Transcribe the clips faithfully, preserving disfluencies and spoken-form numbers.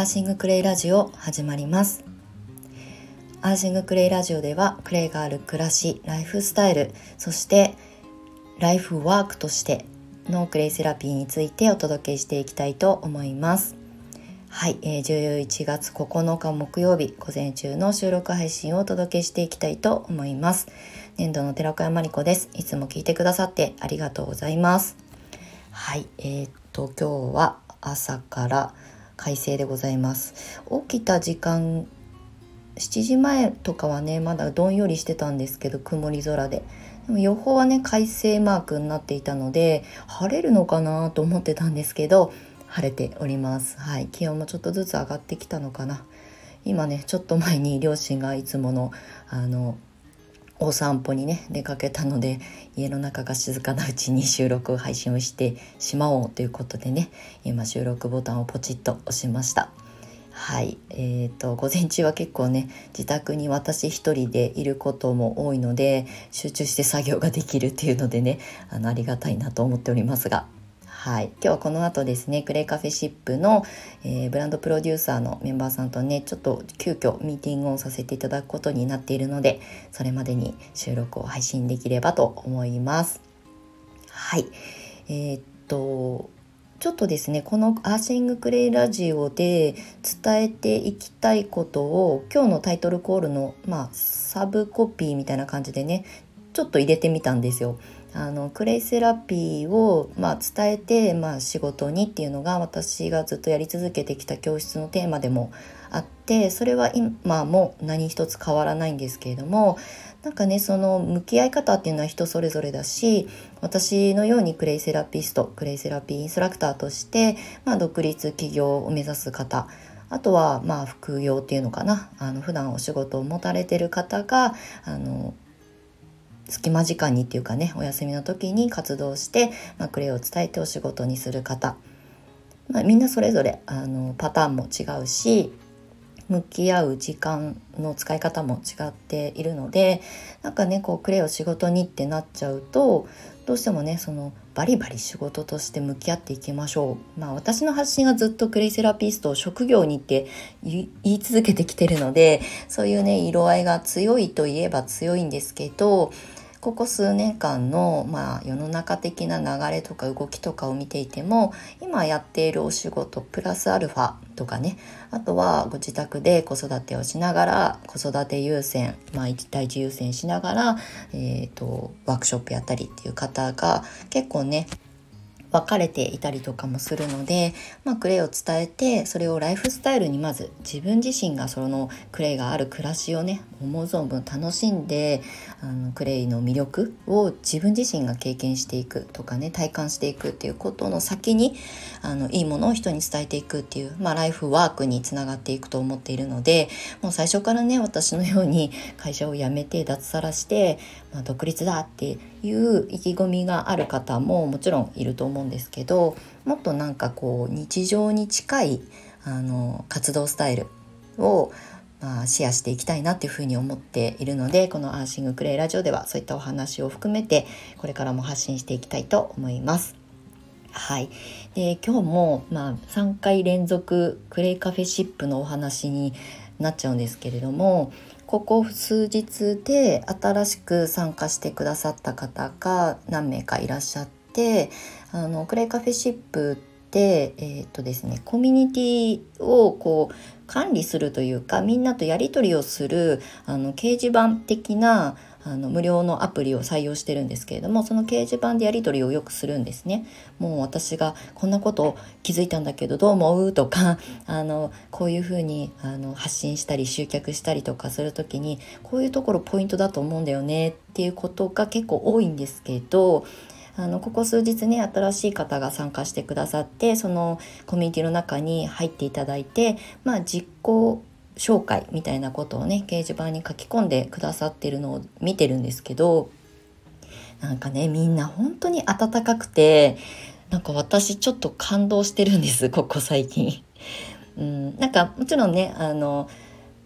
アーシングクレイラジオ始まります。アーシングクレイラジオではクレイがある暮らし、ライフスタイル、そしてライフワークとしてのクレイセラピーについてお届けしていきたいと思います。はい、えー、じゅういちがつここのか木曜日午前中の収録配信をお届けしていきたいと思います。年度の寺子屋まりこです。いつも聞いてくださってありがとうございます。はい、えー、っと今日は朝から快晴でございます。起きた時間しちじまえとかはねまだどんよりしてたんですけど、曇り空で、でも予報はね快晴マークになっていたので晴れるのかなと思ってたんですけど、晴れております。はい、気温もちょっとずつ上がってきたのかな。今ねちょっと前に両親がいつものあのお散歩にね出かけたので、家の中が静かなうちに収録配信をしてしまおうということでね、今収録ボタンをポチッと押しました。はい、えーと午前中は結構ね自宅に私一人でいることも多いので、集中して作業ができるっていうのでね、あのありがたいなと思っておりますが、はい、今日はこの後ですねクレイカフェシップの、えー、ブランドプロデューサーのメンバーさんとねちょっと急遽ミーティングをさせていただくことになっているので、それまでに収録を配信できればと思います。はい、えー、っとちょっとですねこのアーシングクレイラジオで伝えていきたいことを今日のタイトルコールの、まあ、サブコピーみたいな感じでねちょっと入れてみたんですよ。あのクレイセラピーを、まあ、伝えて、まあ、仕事にっていうのが私がずっとやり続けてきた教室のテーマでもあって、それは今も何一つ変わらないんですけれども、なんかねその向き合い方っていうのは人それぞれだし、私のようにクレイセラピストクレイセラピーインストラクターとして、まあ、独立起業を目指す方、あとはまあ副業っていうのかな、あの普段お仕事を持たれてる方があの隙間時間にっていうかねお休みの時に活動して、まあ、クレイを伝えてお仕事にする方、まあ、みんなそれぞれあのパターンも違うし、向き合う時間の使い方も違っているので、なんかねこうクレイを仕事にってなっちゃうと、どうしてもねそのバリバリ仕事として向き合っていきましょう。まあ私の発信はずっとクレイセラピストを職業にって言い続けてきてるので、そういうね色合いが強いといえば強いんですけど、ここ数年間の、まあ、世の中的な流れとか動きとかを見ていても、今やっているお仕事プラスアルファとかね、あとはご自宅で子育てをしながら子育て優先、まあ、一対一優先しながら、えーと、ワークショップやったりっていう方が結構ね分かれていたりとかもするので、まあ、クレイを伝えてそれをライフスタイルにまず自分自身がそのクレイがある暮らしをね思う存分楽しんで、あのクレイの魅力を自分自身が経験していくとかね体感していくっていうことの先にあのいいものを人に伝えていくっていう、まあ、ライフワークにつながっていくと思っているので、もう最初からね私のように会社を辞めて脱サラして、まあ、独立だっていう意気込みがある方ももちろんいると思うんですけど、もっとなんかこう日常に近いあの活動スタイルを、まあ、シェアしていきたいなっていうふうに思っているので、このアーシングクレイラジオではそういったお話を含めてこれからも発信していきたいと思います。はい、で今日も、まあ、さんかい連続クレイカフェシップのお話になっちゃうんですけれども、ここ数日で新しく参加してくださった方が何名かいらっしゃって、あのクレイカフェシップってえーっとですねコミュニティをこう管理するというか、みんなとやり取りをするあの掲示板的なあの無料のアプリを採用してるんですけれども、その掲示板でやり取りをよくするんですね。もう私がこんなこと気づいたんだけどどう思うとか、あのこういうふうにあの発信したり集客したりとかするときにこういうところポイントだと思うんだよねっていうことが結構多いんですけど、あのここ数日ね新しい方が参加してくださって、そのコミュニティの中に入っていただいて、まあ実行紹介みたいなことをね掲示板に書き込んでくださってるのを見てるんですけど、なんかねみんな本当に温かくて、なんか私ちょっと感動してるんですここ最近。うん、なんかもちろんねあの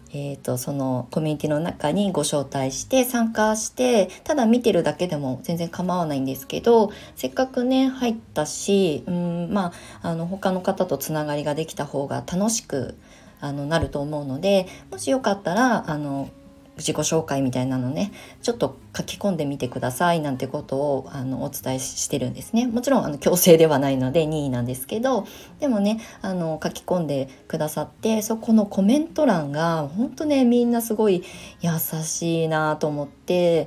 えーと、そのコミュニティの中にご招待して参加して、ただ見てるだけでも全然構わないんですけど、せっかくね入ったし、うん、まあ、あの他の方とつながりができた方が楽しくあのなると思うので、もしよかったらあの自己紹介みたいなのねちょっと書き込んでみてくださいなんてことをあのお伝えしてるんですね。もちろんあの強制ではないので任意なんですけど、でもねあの書き込んでくださって、そこのコメント欄が本当ねみんなすごい優しいなと思って、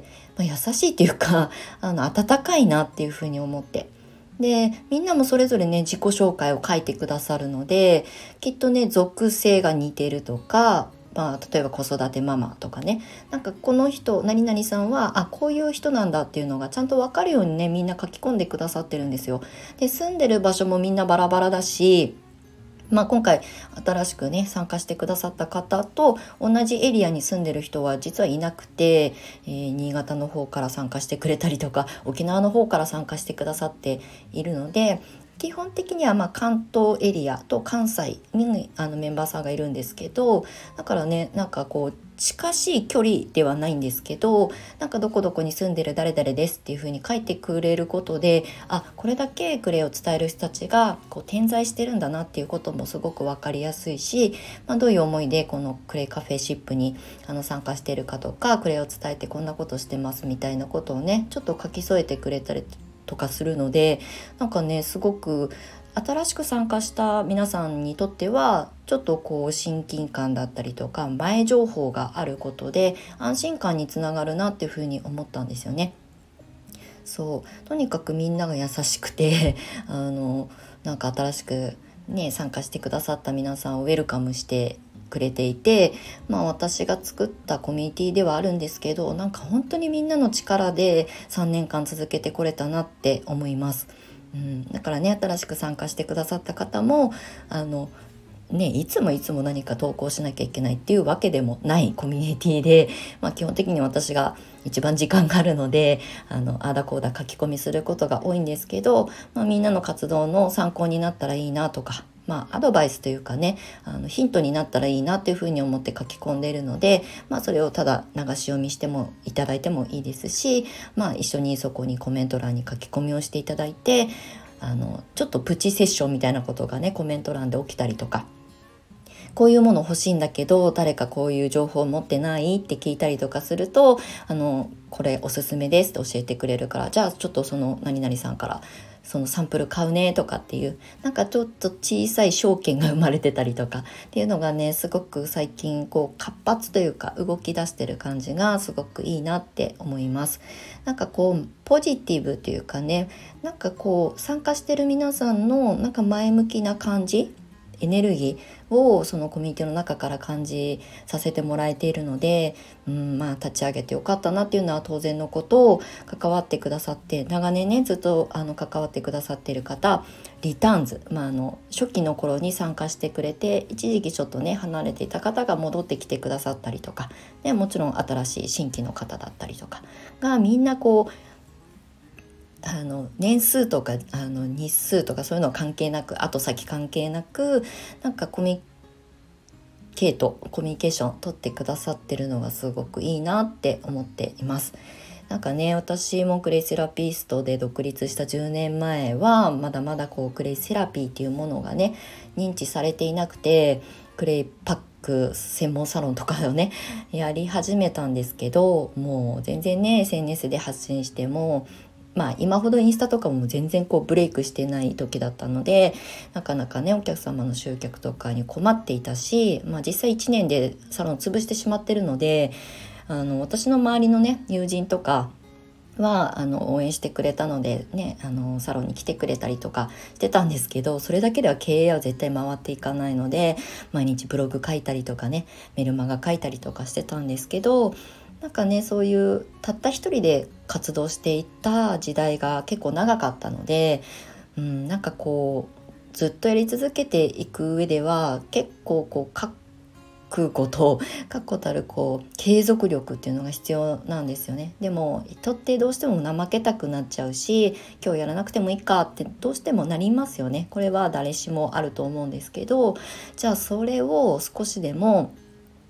まあ、優しいっていうかあの温かいなっていうふうに思って、でみんなもそれぞれね自己紹介を書いてくださるので、きっとね属性が似てるとか、まあ、例えば子育てママとかね、なんかこの人何々さんはあこういう人なんだっていうのがちゃんと分かるようにねみんな書き込んでくださってるんですよ。で住んでる場所もみんなバラバラだし、まあ、今回新しくね参加してくださった方と同じエリアに住んでる人は実はいなくて、えー新潟の方から参加してくれたりとか沖縄の方から参加してくださっているので、基本的にはまあ関東エリアと関西にあのメンバーさんがいるんですけど、だからねなんかこう近しい距離ではないんですけど、なんかどこどこに住んでる誰々ですっていう風に書いてくれることで、あこれだけクレイを伝える人たちがこう点在してるんだなっていうこともすごく分かりやすいし、まあ、どういう思いでこのクレイカフェシップにあの参加しているかとか、クレイを伝えてこんなことしてますみたいなことをねちょっと書き添えてくれたりとかするので、なんかねすごく新しく参加した皆さんにとってはちょっとこう親近感だったりとか前情報があることで安心感につながるなっていうふうに思ったんですよね。そうとにかくみんなが優しくてあのなんか新しくね参加してくださった皆さんをウェルカムしてくれていて、まあ私が作ったコミュニティではあるんですけど、なんか本当にみんなの力でさんねんかん続けてこれたなって思います。うん、だからね新しく参加してくださった方もあのね、いつもいつも何か投稿しなきゃいけないっていうわけでもないコミュニティで、まあ、基本的に私が一番時間があるのであのあーだこーだ書き込みすることが多いんですけど、まあ、みんなの活動の参考になったらいいなとか、まあ、アドバイスというかねあのヒントになったらいいなっていうふうに思って書き込んでいるので、まあ、それをただ流し読みしてもいただいてもいいですし、まあ、一緒にそこにコメント欄に書き込みをしていただいて、あのちょっとプチセッションみたいなことがねコメント欄で起きたりとか、こういうもの欲しいんだけど誰かこういう情報を持ってないって聞いたりとかすると、あのこれおすすめですって教えてくれるから、じゃあちょっとその何々さんからそのサンプル買うねとかっていう、なんかちょっと小さい証券が生まれてたりとかっていうのがねすごく最近こう活発というか動き出してる感じがすごくいいなって思います。なんかこうポジティブというかね、なんかこう参加してる皆さんのなんか前向きな感じ、エネルギーをそのコミュニティの中から感じさせてもらえているので、うん、まあ立ち上げてよかったなっていうのは当然のことを、関わってくださって長年ねずっとあの関わってくださっている方、リターンズ、まあ、あの初期の頃に参加してくれて一時期ちょっとね離れていた方が戻ってきてくださったりとか、でもちろん新しい新規の方だったりとかがみんなこうあの年数とかあの日数とかそういうの関係なく、後先関係なく、なんかコミュニケートコミュニケーション取ってくださってるのがすごくいいなって思っています。なんかね私もクレイセラピストで独立したじゅうねんまえはまだまだこうクレイセラピーっていうものがね認知されていなくて、クレイパック専門サロンとかをねやり始めたんですけど、もう全然ね エスエヌエス で発信してもまあ今ほどインスタとかも全然こうブレイクしてない時だったので、なかなかねお客様の集客とかに困っていたし、まあ実際いちねんでサロンを潰してしまってるので、あの私の周りのね友人とかはあの応援してくれたのでね、あのサロンに来てくれたりとかしてたんですけど、それだけでは経営は絶対回っていかないので、毎日ブログ書いたりとかねメルマガ書いたりとかしてたんですけど、なんかねそういうたった一人で活動していた時代が結構長かったので、うん、なんかこうずっとやり続けていく上では結構こう書くこと確固たるこう継続力っていうのが必要なんですよね。でも人ってどうしても怠けたくなっちゃうし、今日やらなくてもいいかってどうしてもなりますよね。これは誰しもあると思うんですけど、じゃあそれを少しでも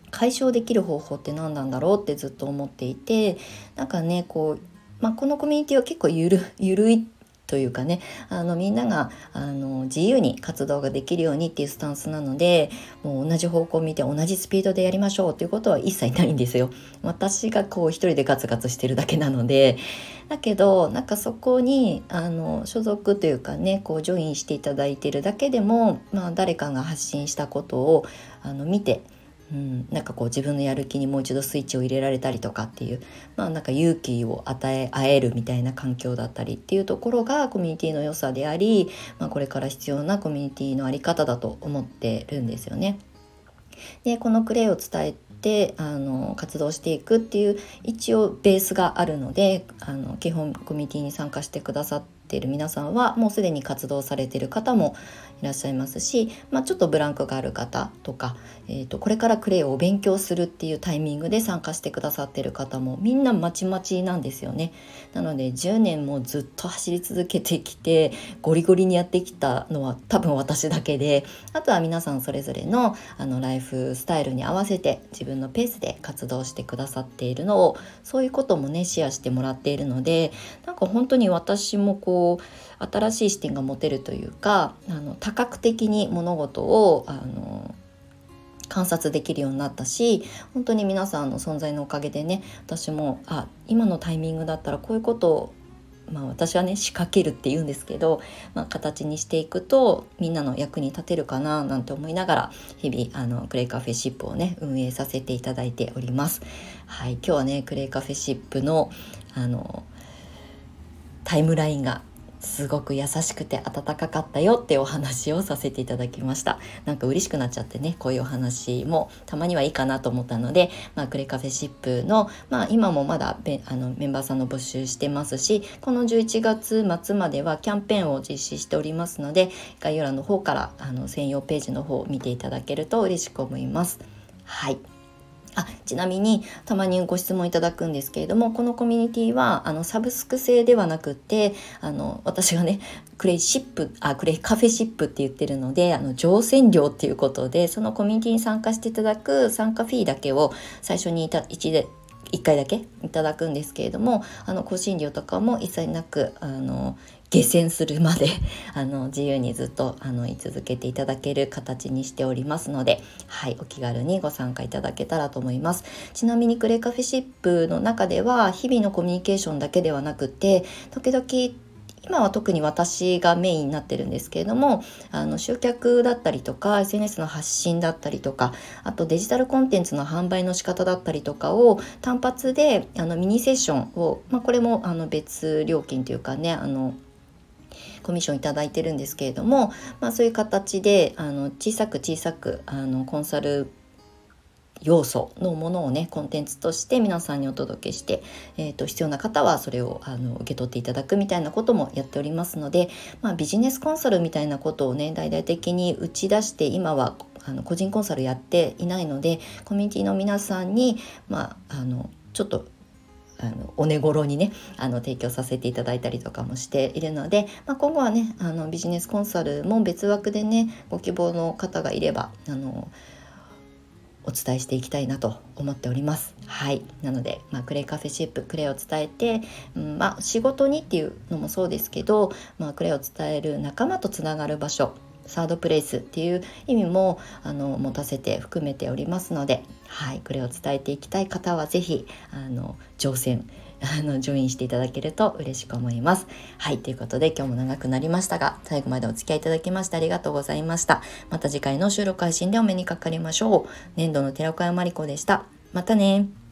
解消できる方法って何なんだろうってずっと思っていて、なんかねこう、まあ、このコミュニティは結構ゆるゆるいというかね、あのみんながあの自由に活動ができるようにっていうスタンスなので、もう同じ方向を見て同じスピードでやりましょうということは一切ないんですよ。私がこう一人でガツガツしてるだけなので。だけどなんかそこにあの所属というかね、こうジョインしていただいているだけでも、まあ、誰かが発信したことをあの見て、うん、なんかこう自分のやる気にもう一度スイッチを入れられたりとかっていう、まあ、なんか勇気を与え合えるみたいな環境だったりっていうところがコミュニティの良さであり、まあ、これから必要なコミュニティのあり方だと思ってるんですよね。でこのクレイを伝えてあの活動していくっていう一応ベースがあるので、あの基本コミュニティに参加してくださっている皆さんはもうすでに活動されている方もいらっしゃいますし、まあ、ちょっとブランクがある方とか、えーと、これからクレイを勉強するっていうタイミングで参加してくださっている方もみんなまちまちなんですよね。なのでじゅうねんもずっと走り続けてきてゴリゴリにやってきたのは多分私だけで、あとは皆さんそれぞれの、あのライフスタイルに合わせて自分のペースで活動してくださっているのを、そういうこともねシェアしてもらっているので、なんか本当に私もこう新しい視点が持てるというか、あの多角的に物事をあの観察できるようになったし、本当に皆さんの存在のおかげでね、私もあ今のタイミングだったらこういうことを、まあ、私はね仕掛けるって言うんですけど、まあ、形にしていくとみんなの役に立てるかななんて思いながら日々あのクレイカフェシップをね運営させていただいております。はい、今日はねクレイカフェシップのあのタイムラインがすごく優しくて温かかったよってお話をさせていただきました。なんか嬉しくなっちゃってね、こういうお話もたまにはいいかなと思ったので、まあ、クレカフェシップの、まあ、今もまだあのメンバーさんの募集してますし、このじゅういちがつ末まではキャンペーンを実施しておりますので、概要欄の方からあの専用ページの方を見ていただけると嬉しく思います。はい。あちなみにたまにご質問いただくんですけれども、このコミュニティはあのサブスク制ではなくて、あの私がねクレイシップあクレイカフェシップって言ってるので、あの乗船料っていうことで、そのコミュニティに参加していただく参加フィーだけを最初にいた一でいっかいだけいただくんですけれども、あの更新料とかも一切なく、あの下船するまであの自由にずっとあの居続けていただける形にしておりますので、はい、お気軽にご参加いただけたらと思います。ちなみにクレイカフェシップの中では日々のコミュニケーションだけではなくて、時々今は特に私がメインになってるんですけれども、あの集客だったりとか エスエヌエス の発信だったりとか、あとデジタルコンテンツの販売の仕方だったりとかを単発であのミニセッションを、まあ、これもあの別料金というかね、あのコミッションいただいてるんですけれども、まあ、そういう形であの小さく小さくあのコンサル要素のものをねコンテンツとして皆さんにお届けして、えーと、必要な方はそれをあの受け取っていただくみたいなこともやっておりますので、まあ、ビジネスコンサルみたいなことをね大々的に打ち出して今はあの個人コンサルやっていないので、コミュニティの皆さんに、まあ、あのちょっとあのお値頃にねあの提供させていただいたりとかもしているので、まあ、今後はねあのビジネスコンサルも別枠でねご希望の方がいればあのお伝えしていきたいなと思っております。はい、なので、まあ、クレイカフェシップクレイを伝えて、うんまあ、仕事にっていうのもそうですけど、まあ、クレイを伝える仲間とつながる場所、サードプレイスっていう意味もあの持たせて含めておりますので、はい、これを伝えていきたい方はぜひあの乗船あのジョインしていただけると嬉しく思います。はい、ということで今日も長くなりましたが、最後までお付き合いいただきましてありがとうございました。また次回の収録配信でお目にかかりましょう。年度の寺岡山理子でした。またね。